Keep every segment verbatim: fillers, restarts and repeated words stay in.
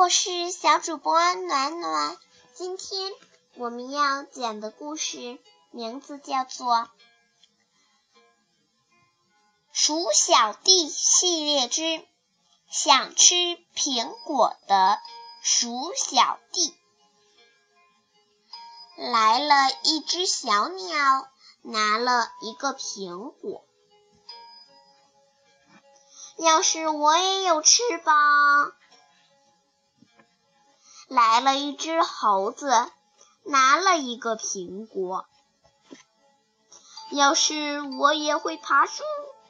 我是小主播暖暖。今天我们要讲的故事名字叫做《鼠小弟系列之想吃苹果的鼠小弟》。来了一只小鸟，拿了一个苹果。要是我也有翅膀。来了一只猴子，拿了一个苹果。要是我也会爬树。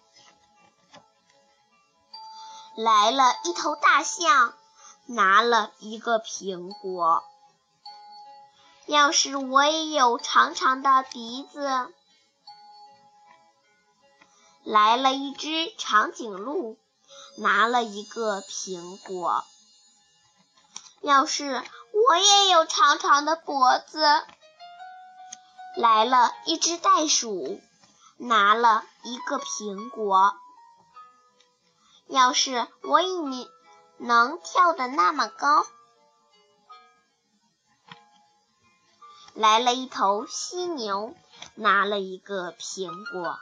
来了一头大象，拿了一个苹果。要是我也有长长的鼻子。来了一只长颈鹿，拿了一个苹果。要是我也有长长的脖子。来了一只袋鼠，拿了一个苹果。要是我也能跳得那么高。来了一头犀牛，拿了一个苹果。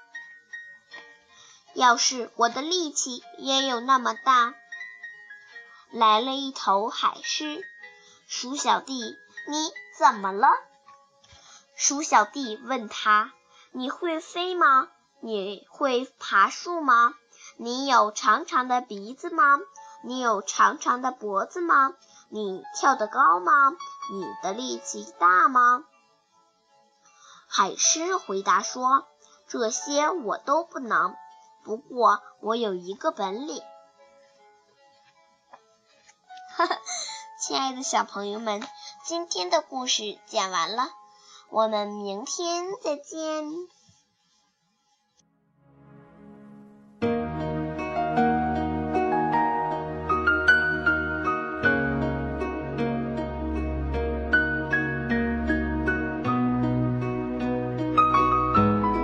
要是我的力气也有那么大。来了一头海狮，鼠小弟，你怎么了？鼠小弟问他，你会飞吗？你会爬树吗？你有长长的鼻子吗？你有长长的脖子吗？你跳得高吗？你的力气大吗？海狮回答说，这些我都不能，不过我有一个本领。亲爱的小朋友们，今天的故事讲完了，我们明天再见。